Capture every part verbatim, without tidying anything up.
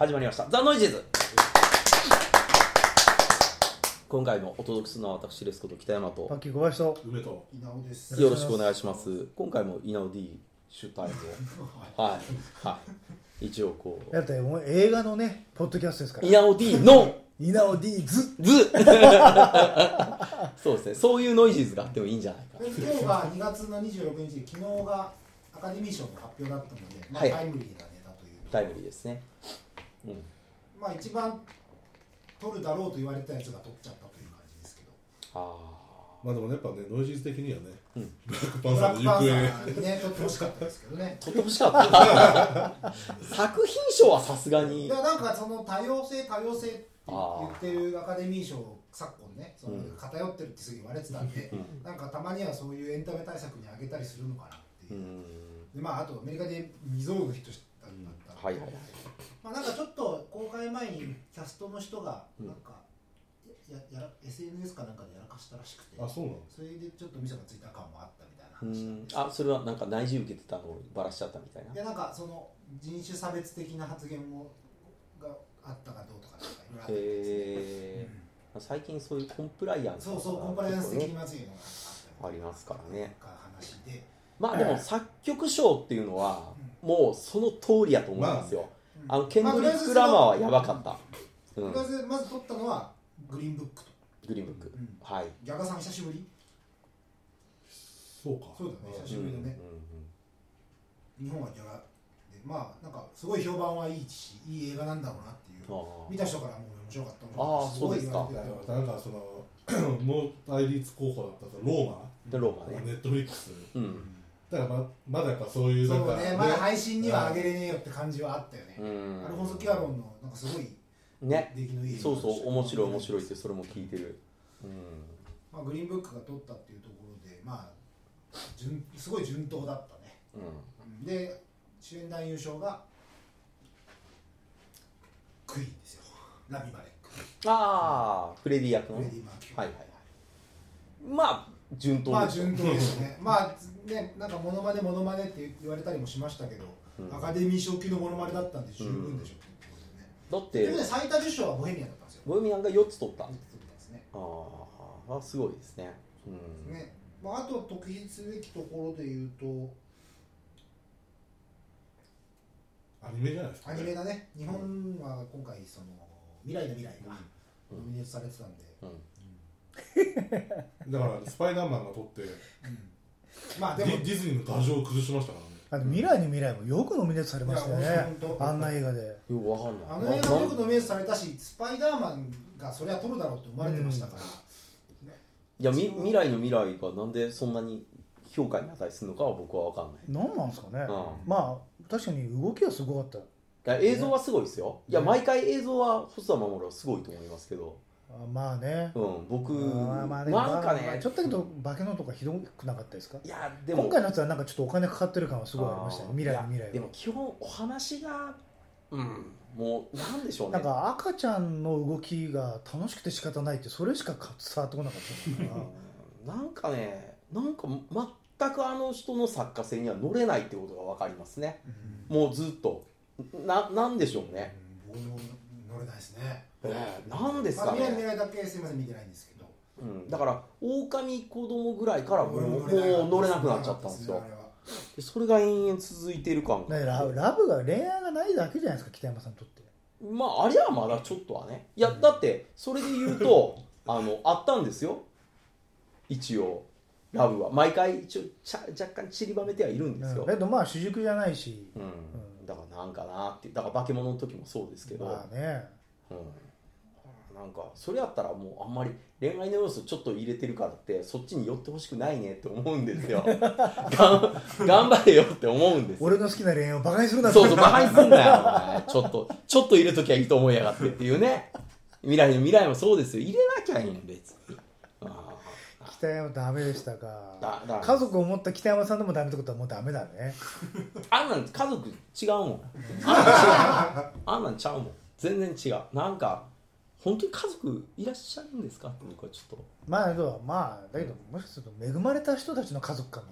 始まりましたザ・ノイジーズ。今回もお届けするのは私ですこと北山とパッキー小林と梅と稲尾です。 よろしくお願いします。今回も稲尾 D 主体をはいはい一応こうだってもう映画のねポッドキャストですから稲尾 D の稲尾 D ズズそうですね、そういうノイジーズがあってもいいんじゃないか。 今日がにがつのにじゅうろくにち、昨日がアカデミー賞の発表だったので、まあはいタイムリーなネタという。 タイムリーですね。うん。 まあ一番取るだろうと言われたやつが取っちゃったという感じですけど。 あまあでもやっぱねノイジーズ的にはね、 うん、 ブラックパンブラックパンササーの行方ーにね取ってほしかったですけどね。 取ってほしかった作品賞はさすがに。 いやなんかその多様性多様性って言ってるアカデミー賞昨今ね、その偏ってるってすぐ言われてたんで、うん、なんかたまにはそういうエンタメ対策にあげたりするのかなっていう。うんでまああとアメリカで未曾有のヒットしたんだったら、 はいはいはい。 まあなんかちょっと公開前にキャストの人がなんか、うん、ややや エスエヌエス かなんかでやらかしたらしくて、 あそうなの。 それでちょっとミソがついた感もあったみたいな話なんです。 うんあ、それはなんか内示受けてたのをバラしちゃったみたいな。 いやなんかその人種差別的な発言もがあったかどうとかとかいろいろあったりですね。 うん、最近そういうコンプライアンスそうそうコンプライアンス的にまずいのがありますからね。 話でまあでも作曲賞っていうのはもうその通りやと思いますよ。まあ、あのケンドリック・ラマーはやばかった。 うん、まずまず取ったのはグリーンブックと。 グリーンブック。うん、はい。 ギャガさん久しぶり。 そうか。 そうだね久しぶりだね。うんうんうん、日本はギャガでまあなんかすごい評判はいいしいい映画なんだろうなっていう。見た人からも面白かった。 ああそうですか。 なんかそのもう対立候補だったローマ。 でローマね。 ネットフリックス。 うん。 だから ま, まだやっぱそういうなんかそうね、まだ配信には上げれねえよって感じはあったよね。アルフォンソ・キュアロンのなんかすごいね、 出来のいい、 そうそう面白い面白いってそれも聞いてる。うん。 まあグリーンブックが取ったっていうところでまあ順すごい順当だったね。うん。で主演男優賞がクイーンですよ。ラミ・マレック。 ああフレディ役の。 フレディ・マーキュリー。 はいはいはい。まあ。順当まあ順当ですね。まあね、なんかモノマネモノマネって言われたりもしましたけど、うん、アカデミー賞級のモノマネだったんで十分でしょう、うん、っていうことでね。だって最多受賞はボヘミアンだったんですよ。 ボヘミアンがよっつ取った。 よっつ取ったんですね。 ああすごいですね。うん、 ね。まああと特筆すべきところで言うとアニメじゃないですか、ね。 アニメだね。日本は今回その未来の未来がノミネートされてたんで。うんうんだからスパイダーマンが撮って、うん、 まあでもディズニーの牙城を崩しましたからね。 あの未来に未来もよくノミネートされましたよね。あんな映画で。 よくわかんない。 あの映画もよくノミネートされたし、スパイダーマンがそれは撮るだろうと思われてましたから。 うんね、いやみ未来の未来がなんでそんなに評価に値するのかは僕はわかんない。 なんなんですかね。うん、まあ確かに動きはすごかった。 いや映像はすごいですよ。いや毎回映像は細田守はすごいと思いますけど。 あまあね、 うん、僕、 まあまあね、 なんかね、 まあ、ちょっとだけど化け物とかひどくなかったですか。 いやでも今回のやつはなんかちょっとお金かかってる感はすごいありましたね。未来の未来は。 でも基本お話が、うん、もうなんでしょうね。 なんか赤ちゃんの動きが楽しくて仕方ないってそれしか伝わってこなかったからなんかね、なんか全くあの人の作家性には乗れないってことが分かりますね。うん、もうずっとななんでしょうね。 僕も乗れないですね。 えー、なんですかね。 まあ、未来未来だけすみません見てないんですけど、 うん、だから狼子供ぐらいからもう乗れなくなっちゃったんですよ。でそれが延々続いている感が。 ラブ、ラブが恋愛がないだけじゃないですか北山さんにとって。 まああれはまだちょっとはね。いやだってそれで言うとあのあったんですよ。一応ラブは毎回ちょちゃ若干散りばめてはいるんですよ。 うん、だけどまあ主軸じゃないし、 うんうん、だからなんかなってだから化け物の時もそうですけど。 まあね。 うんなんかそれやったらもうあんまり恋愛の要素ちょっと入れてるからってそっちに寄ってほしくないねって思うんですよが頑張れよって思うんですよ。 俺の好きな恋愛をバカにするな。 そうそうバカにすんなよお前ちょっとちょっと入れときゃいいと思いやがってっていうね。未来の未来もそうですよ。入れなきゃいいん別に。あ北山ダメでしたか。 だだ家族を持った北山さんでもダメってことはもうダメだね。 あんなん家族違うもん。あんなん違う。あんなんちゃうもん。全然違う。なんか本当に家族いらっしゃるんですかって僕はちょっとまあだけどまあだけどもしかすると恵まれた人たちの家族かなのかもしれ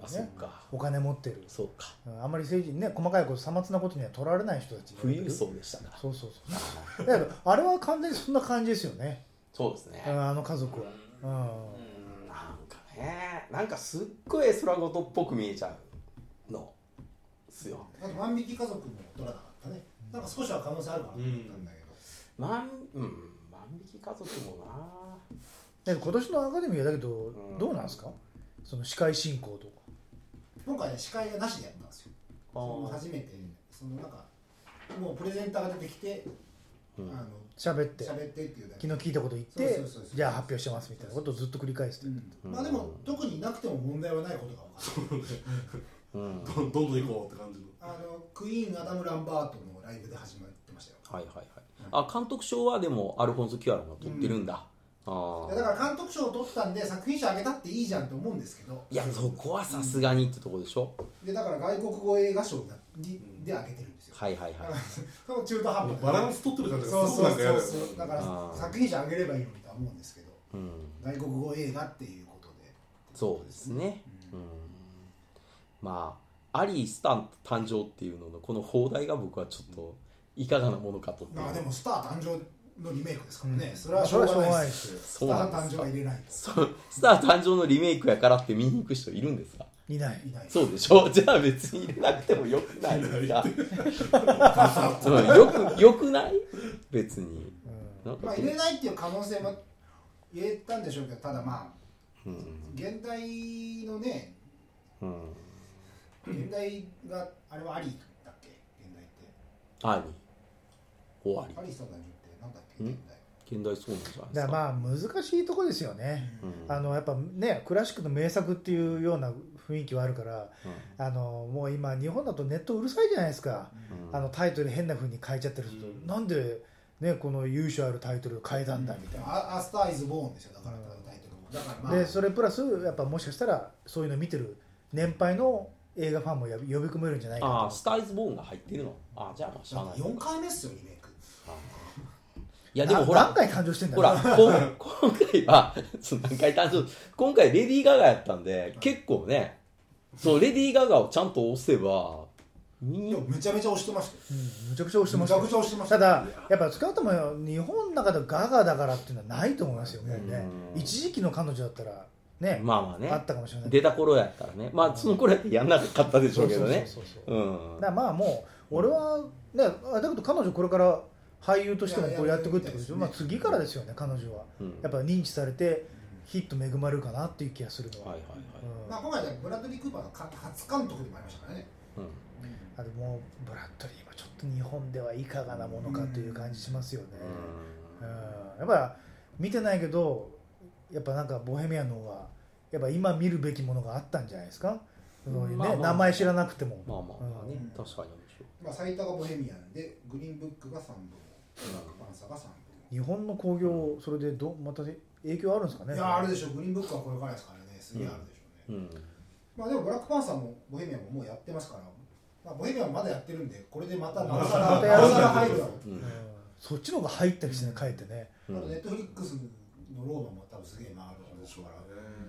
あそっねかお金持ってるそうかあんまり政治ね細かいことさまつなことには取られない人たち富裕層でしたかそうそうそうだけどあれは完全にそんな感じですよねそうですねあの家族はうんうんなんかねなんかすっごい絵空事っぽく見えちゃうのですよあと万引き家族も取らなかったねなんか少しは可能性あるかなと思ったんだけど、 万うん万引き家族もなだけど今年のアカデミーはだけど、 うんどうなんですかその司会進行とか今回ね司会がなしでやったんですよその初めてそのなんかもうプレゼンターが出てきて、 うんあの喋って喋ってっていうだけ昨日聞いたこと言ってそうそうそうそうじゃあ発表してますみたいなことをずっと繰り返して、 うんまあでも特にいなくても問題はないことが分かるうんどんどんどん行こうって感じのあのクイーン・アダム・ランバートのライブで始まってましたよはいはいはいあ監督賞はでもアルフォンソ・キュアロンが取ってるんだ、うん、あいやだから監督賞を取ったんで作品賞あげたっていいじゃんと思うんですけどいやそこはさすがにってとこでしょ、 でだから外国語映画賞にであげてるんですよ、 はいはいはいその中途半端でバランス取ってる感じがすそうそうごくなんか嫌だよねそうそうだからあー作品賞あげればいいのにとは思うんですけどうん外国語映画っていうことでそうですね、うん、まあアリー・スタン誕生っていうののこの放題が僕はちょっといかがなものかとっていうまあでもスター誕生のリメイクですからね、 うんそれはしょうがないですしスタそうなんですー誕生は入れないとそうスター誕生のリメイクやからって見に行く人いるんですかいないいないそうでしょじゃあ別に入れなくてもよくないですかうんよくよくない別になんかまあ入れないっていう可能性も言えたんでしょうけどただまあうん現代のねうん現代があれはアリーだっけ現代ってあり終わりアリーさんの誕生ってなんだっけん現代現代そうなんじゃないですだかからまあ難しいとこですよね、 うんあのやっぱねクラシックの名作っていうような雰囲気はあるからあのもう今日本だとネットうるさいじゃないですか、 うんあのタイトル変な風に変えちゃってる人、 うんなんで、ね、この由緒あるタイトルを変えたんだみたいな、 アアスター・イズ・ボーンですよだからタイトルもだからまあでそれプラスやっぱもしかしたらそういうのを見てる年配の映画ファンも呼び呼び込めるんじゃないかとああスターイズボーンが入ってるのあじゃあまあしゃあないよんかいめっすよリメイクいやでもほら何回誕生してんだほらこん今回はそう何回誕生今回レディー・ガガやったんで結構ねそうレディー・ガガをちゃんと押せばみでもめちゃめちゃ押してましたようん、むちゃくちゃ押してましたよめちゃくちゃ押してましたただやっぱ少なくとも日本の中でガガだからっていうのはないと思いますよもうねうん一時期の彼女だったらね、 まあまあねあったかもしれない出た頃やったらねまあその頃やってやんなかったでしょうけどねそうそうそうそううんだからまあもう俺はねあだけど彼女これから俳優としてもこうやっていくってことでしょ、 いやいやまあ、次からですよね彼女は、 うんやっぱ認知されてヒット恵まれるかなっていう気がするのは、 はいはいはいうんまあ今回ねブラッドリー・クーパーのか初監督でもありましたからねうんあでもブラッドリーはちょっと日本ではいかがなものかという感じしますよね、うんやっぱ見てないけどやっぱなんかボヘミアンの方がやっぱ今見るべきものがあったんじゃないですか、そういうねまあまあ名前知らなくても、 まあまあまあねうん確かに面白いまあ最多がボヘミアンでグリーンブックがさんぶんブラックパンサーがさんぶん日本の興行それでどまた影響あるんですかね。 いやあるでしょうグリーンブックはこれからですからねすげえあるでしょうね、 うんまあでもブラックパンサーもボヘミアンももうやってますから、まあ、ボヘミアンまだやってるんでこれでまたなおさらまたやるなおさら入るだろう、 うんうんそっちの方が入ったりしてね帰ってね。 うんあとネットフリックスのローマも多分すげえ回るでしょうから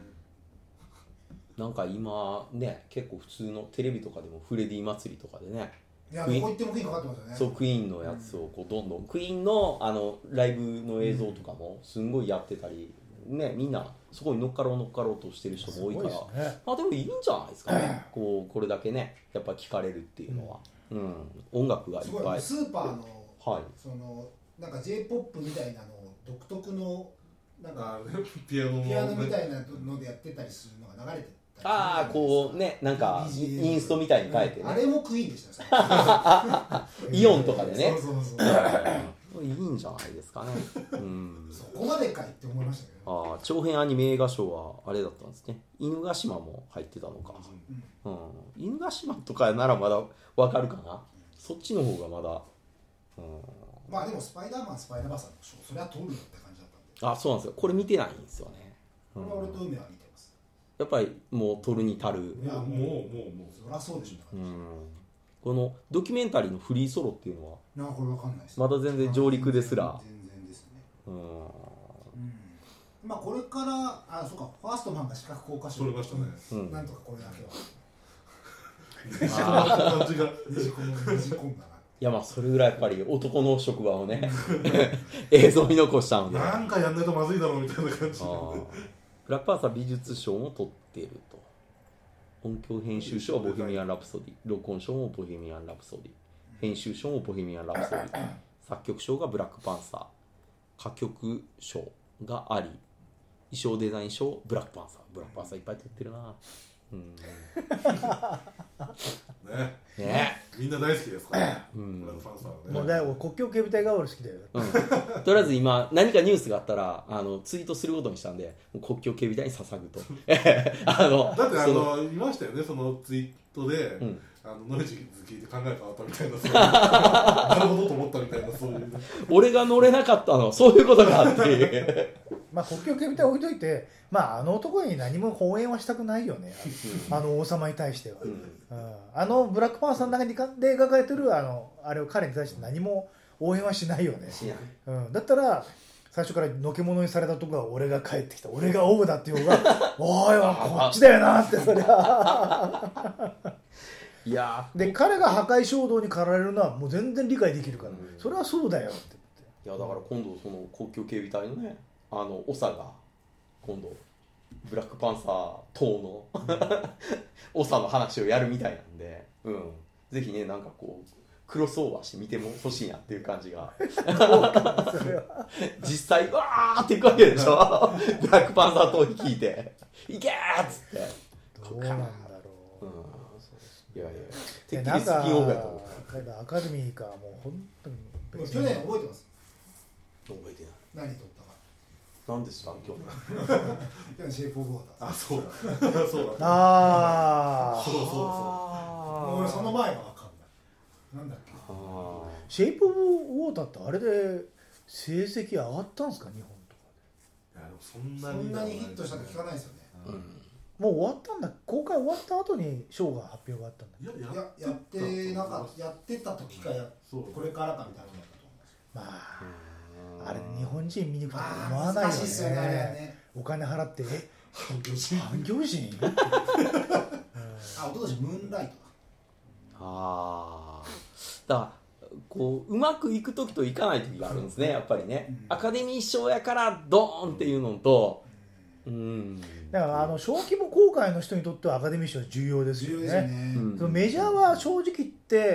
なんか今ね結構普通のテレビとかでもフレディ祭りとかでねいやどこ行ってもクイーンかかってますよねそうクイーンのやつをこうどんどんクイーンのあのライブの映像とかもすんごいやってたりねみんなそこに乗っかろう乗っかろうとしてる人も多いからすごいですね。 まあでもいいんじゃないですかねこうこれだけねやっぱ聞かれるっていうのは、うん、音楽がいっすごいぱいスーパーのはいそのなんか J-ポップみたいなのを独特のなんかあピアノのピアノみたいなのでやってたりするのが流れてたりああこうねなんかビージーエムインストみたいに変えてね、 あれもクイーンでしたよイオンとかでねそうそうそういいんじゃないですかね、うん、 そこまでかいって思いましたけど、 ああ長編アニメ映画賞はあれだったんですね犬ヶ島も入ってたのか、 うんうん、犬ヶ島とかならまだわかるかなそっちの方がまだ、うん、 まあでもスパイダーマンスパイダーバースの賞それは通るよって感じだったんであそうなんですよこれ見てないんですよね、うんこれは俺と梅は見てますやっぱりもう取るに足る、 いやもうもうもうもうそりゃそうでしょうね、 うん、このドキュメンタリーのフリーソロっていうのはなんかこれわかんないですまだ全然上陸ですら全然ですねうんうんまあこれからあそうかファーストマンが視覚効果賞取れましたね、 うん、 なんとかこれだけは感じがねじ込むねじ込んだな。 いやまあそれぐらいやっぱり男の職場をね映像見残したのでなんかやんないとまずいだろうみたいな感じで、 ブラックパンサー美術賞も取っていると。音響編集賞はボヘミアン・ラプソディ、録音賞もボヘミアン・ラプソディ、編集賞もボヘミアン・ラプソディ、作曲賞がブラックパンサー、歌曲賞があり、衣装デザイン賞ブラックパンサー、ブラックパンサーいっぱい取ってるな。うんねね、 みんな大好きですからね、 うん、 ブラックパンサーはね。 もうだいぶ国境警備隊が俺好きだよ、 うん、とりあえず今何かニュースがあったらあのツイートすることにしたんで、もう国境警備隊に捧ぐとあのだってあのいましたよね、そのツイートで、うん、あのノイジーズ聞いて考え変わったみたいな、なるほどと思ったみたいな、そういう、ね、俺が乗れなかったのそういうことがあってまあ国境警備隊置いといて、まあ、あの男に何も放映はしたくないよねあの王様に対しては、うんうん、あのブラックパンサーの中にで描かれてるあのあれを彼に対して何も応援はしないよね、うん、だったら最初からのけ者にされたとこは俺が帰ってきた、俺が王だっていう方がおいはこっちだよなってそりゃいやで彼が破壊衝動に駆られるのはもう全然理解できるから、うん、それはそうだよっていやだから今度その国境警備隊のねあの長が今度ブラックパンサー党の長の話をやるみたいなんで、うん、ぜひねなんかこうクロスオーバーして見ても欲しいなっていう感じが実際わーっていくわけでしょブラックパンサー党に聞いていけーっつってどうなんだろう、うん、 いやいやてっきりスピンオフやと思ったなんかアカデミーかもう本当に去年覚えてます？ 覚えてない何撮ったか何ですか今日今日シェイプオブウォーター。 あ、そうだそうだああそうそうそうもう俺その前が分かんないなんだっけあシェイプオブウォーターってあれで成績上がったんですか日本とかで。いやでもそんなにそんなにヒットしたって聞かないですよね、うん、 もう終わったんだ、公開終わった後に賞が発表があったんだ。 いややってなかやってた時かやこれからかみたいなのだったと思います。 まああれ日本人見に行くと思わないよね。難しいっすよねあれはね。お金払ってえ反響人反響人うん、 あ一昨年ムーンライトだ。 ああだからこううまくいく時といかない時があるんですねやっぱりね、うん、アカデミー賞やからドーンっていうのと、うん、 だからあの小規模公開の人にとってはアカデミー賞重要ですよね。 重要ですよね、 うん、そのメジャーは正直言って、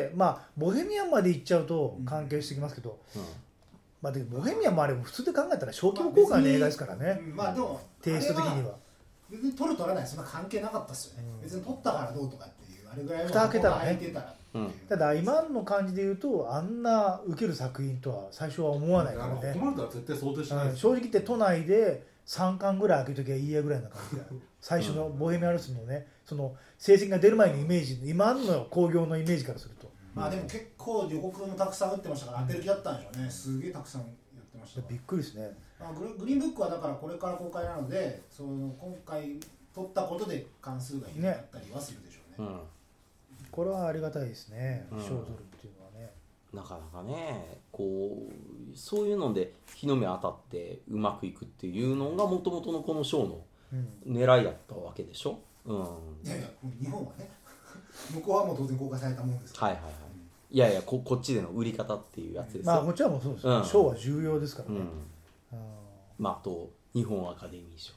まあ、ボヘミアンまで行っちゃうと関係してきますけど、うんまあ、でボヘミアンもあれ普通で考えたら小規模公開の映画ですからね、 まあ、まあでもテイスト的には別に取る取らないそんな関係なかったですよね、うん、別に取ったからどうとかっていうあれぐらいの蓋開けたらね、 うん、 ただ今の感じで言うとあんな受ける作品とは最初は思わないからね。 困るとは絶対想定しない、 うん、正直言って都内でさんかんぐらい開けときゃいいやぐらいな感じで最初のボヘミアン・ラプソディのねその成績が出る前のイメージ今の興行のイメージからするとまあでも結構予告もたくさん打ってましたから当てる気だったんでしょうね。すげえたくさんびっくりですね。 まあ、グリーンブックはだからこれから公開なのでその今回取ったことで関数が広がったりはするでしょうね、 ねうん、 これはありがたいですね賞、うん、を取るっていうのはねなかなかねこうそういうので日の目当たってうまくいくっていうのがもともとのこの賞の狙いだったわけでしょ、うん、 いやいや日本はね向こうはもう当然公開されたものですから、 はいはいはいいやいや こ, こっちでの売り方っていうやつですよ。 まあもちろんそうですよ、うん、賞は重要ですからね、うんまあ、あと日本アカデミー賞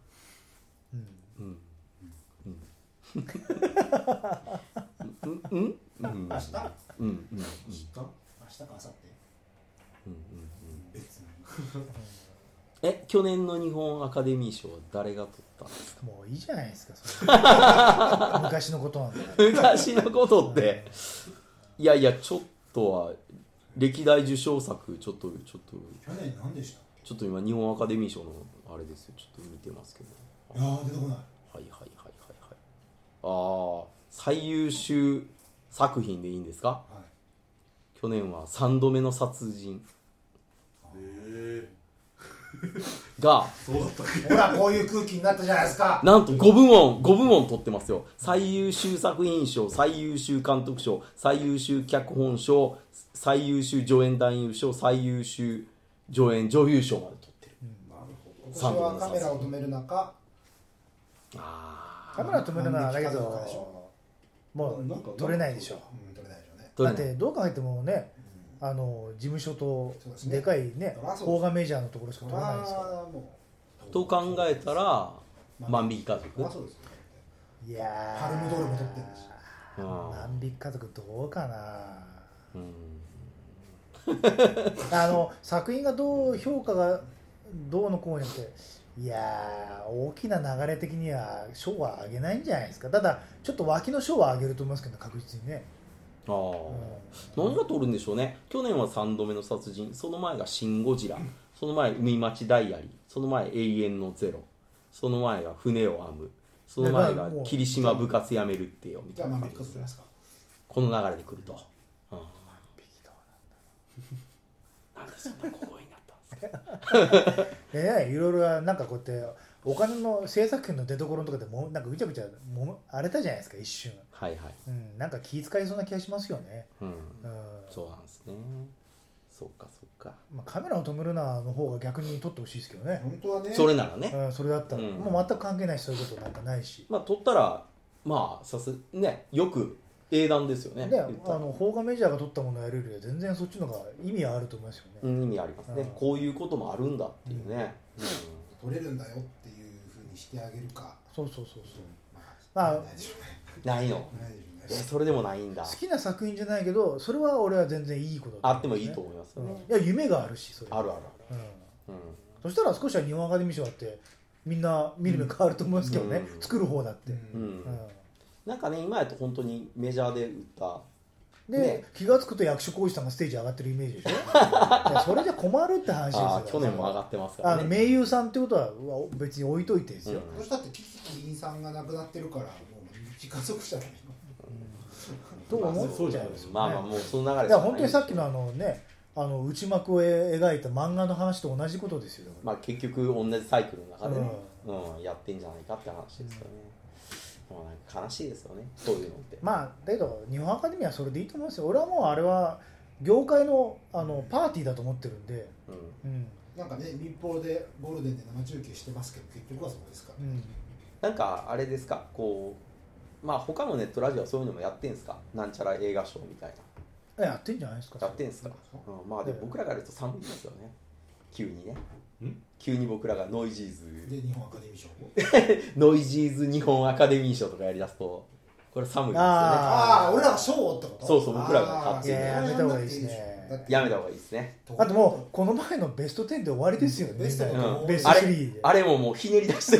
うんうんうんうんうんうん明日うんうん明日か明後日うんうんうん別にえ去年の日本アカデミー賞は誰が取ったんですか。 もういいじゃないですかそれ昔のことなんだ昔のことっていやいやちょっとは歴代受賞作ちょっとちょっと去年何でしたっけ。 ちょっと今日本アカデミー賞のあれですよちょっと見てますけどいや出てこない。 はいはいはいはいはいああ最優秀作品でいいんですか、はい、去年はさんどめの殺人へがそうだったっけ。 ほらこういう空気になったじゃないですか。 なんとごぶもんごぶもん取ってますよ。最優秀作品賞、最優秀監督賞、最優秀脚本賞、最優秀助演男優賞、最優秀助演女優賞まで取ってる、 うん、なるほど。 今年はカメラを止める中、 あカメラ止めるのはだけどもう撮れないでしょ、 うん、撮れないでしょうね。 だってどう考えてもね、うん、あの事務所とでかいね邦画メジャーのところしか撮れないですから。 と考えたら万引き家族、 まあそうですね、 いやパルムドールも撮ってるし、 万引き家族どうかな、 うん、 あの作品がどう評価がどうのこうになっていやー大きな流れ的には賞は上げないんじゃないですか。ただちょっと脇の賞は上げると思いますけど確実にね。 あ、うん、何が取るんでしょうね。去年はさんどめの殺人、その前がシン・ゴジラ、その前海町ダイアリー、その前永遠のゼロ、その前が船を編む、その前が霧島部活やめるってよみたいな感じです。この流れで来ると、うん、なんでそんな小声になったんですか。 ええ、いろいろなんかこうやってお金の制作権の出所とかでもなんかぐちゃぐちゃも荒れたじゃないですか一瞬。 はいはい、 うん、なんか気遣いそうな気がしますよね。 うん、うん、そうなんですね。そうかそうか、 まあ、カメラを止めるなの方が逆に撮ってほしいですけどね。 本当はね。 それならね、 うん、それだったら、うん、もう全く関係ないしそういうことなんかないし。 まあ撮ったらまあさすねよく英断ですよね。 で、あの邦画メジャーが撮ったものをやるよりは全然そっちの方が意味はあると思いますよね。 うん、意味ありますね、うん、こういうこともあるんだっていうね、 うん、撮れるんだよっていうふうにしてあげるか。 そうそうそうそう、 まあ、 まあ、 ないでしょうね。 ないの。えそれでもないんだ。 好きな作品じゃないけどそれは俺は全然いいことだと思う、ね、 あってもいいと思いますよね、 うん、いや夢があるしそれあるあるある、 うんうん、そしたら少しは日本アカデミー賞だってみんな見る目変わると思いますけどね、うん、作る方だって、うんうん、 なんかね今やと本当にメジャーで売ったで、ね、気が付くと役所広司さんがステージ上がってるイメージでしょ。いやそれじゃ困るって話ですよ。 去年も上がってますからね。 あの名優さんってことは別に置いといてですよ、 うん、そしたってキキキリンさんが亡くなってるからもう一家族じゃないの、 うん、と思っちゃいますよね。 まあまあもうその流れ、 いや本当にさっきのあのねあの内幕を描いた漫画の話と同じことですよ。 まあ結局同じサイクルの中で、ねうんうん、やってんじゃないかって話ですよね、うん、もうなんか悲しいですよねそういうのって。 まあだけど日本アカデミーはそれでいいと思いますよ。俺はもうあれは業界のあのパーティーだと思ってるんで、うんうん、 なんかね民放でゴールデンで生中継してますけど結局はそうですから、ねうん、 なんかあれですかこうまあ他のネットラジオはそういうのもやってんすかなんちゃら映画賞みたいな。 やってんじゃないですか。 やってんすか、うん、まあでも僕らがやると寒いですよね急にね急に僕らがノイジーズで日本アカデミー賞ノイジーズ日本アカデミー賞とかやりだすとこれ寒いですよね。 ああ俺らが賞ってこと。 そうそう僕らが勝手にやめた方がいいですね。 やめた方がいいですね。 あともうこの前のベストテンで終わりですよね、うん、ベスト、うん、ベストスリーであれ, あれももうひねり出してる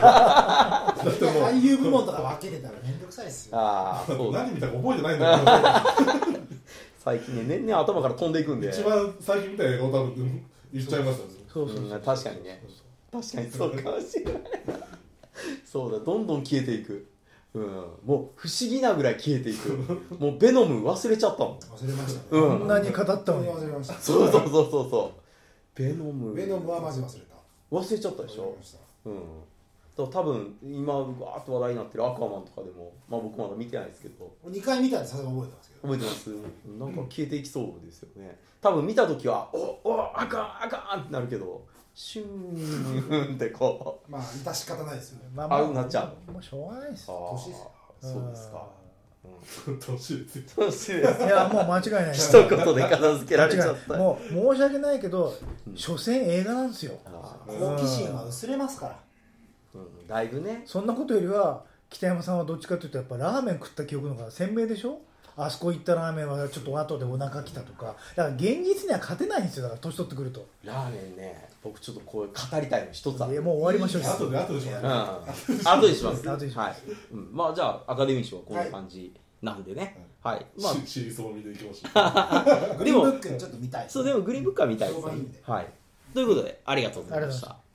俳優部門とか分けてたらめんどくさいですよ。 あそう何見たか覚えてないんだけど最近ね年々頭から飛んでいくんで一番最近見た映画を多分言っちゃいましたね。 そうそうそう、うん、確かにね確かにそうかもしれないそうだどんどん消えていく、うん、もう不思議なぐらい消えていくもうベノム忘れちゃったもん。 忘れましたね、 うん、こんなに語ったのに忘れました。 そうそうそうそうそうベノムベノムはマジ忘れた忘れちゃったでしょ。うん多分今わーっと話題になってるアクアマンとかでも、まあ、僕まだ見てないですけどにかい見たんでさすが覚えてますけど覚えてます。なんか消えていきそうですよね多分見た時はおおあかんあかんってなるけどシューンってこうまあ致し方ないですよね。 まあまあなっちゃうもうしょうがないですよ。年ですそうですか年ですよ年ですいやもう間違いない一言で片付けられちゃったもう申し訳ないけど、うん、所詮映画なんですよ。 好奇心は薄れますから、 うん、だいぶね。 そんなことよりは北山さんはどっちかというとやっぱラーメン食った記憶の方が鮮明でしょ。あそこ行ったラーメンはちょっと後でお腹きたとかだから現実には勝てないんですよ。だから年取ってくるとラーメンね僕ちょっとこう語りたいの一つある。 もう終わりましょう。 後で後でします、 うん、後でします後でします、 はいうん、まあじゃあアカデミー賞はこんな感じなんでねはい、はい、 まあシリーズを見ていきましょうグリーンブックちょっと見たい。 そうでもグリーンブックは見たいですね。はいということでありがとうございました。